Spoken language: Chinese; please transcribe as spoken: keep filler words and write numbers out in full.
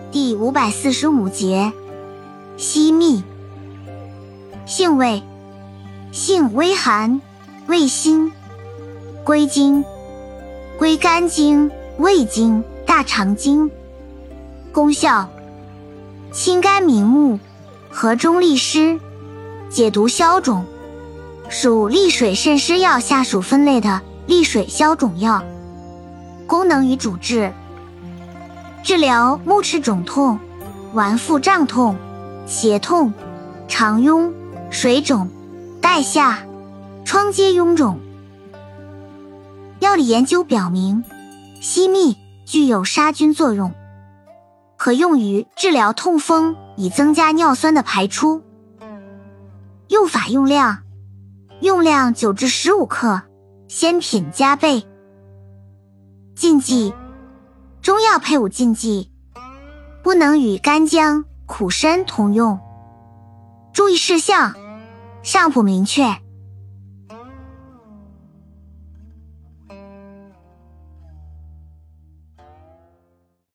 第五百四十五节，西秘。性味：性微寒，味辛，归经：归肝经、胃经、大肠经。功效：清肝明目，和中利湿，解毒消肿，属利水渗湿药下属分类的利水消肿药。功能与主治：治疗目赤肿痛、脘腹胀痛、胁痛、肠痈、水肿、带下、疮疖臃肿。药理研究表明，西秘具有杀菌作用，可用于治疗痛风，以增加尿酸的排出。用法用量：用量九至十五克，鲜品加倍。禁忌：中药配伍禁忌，不能与干姜、苦参同用。注意事项：上不明确。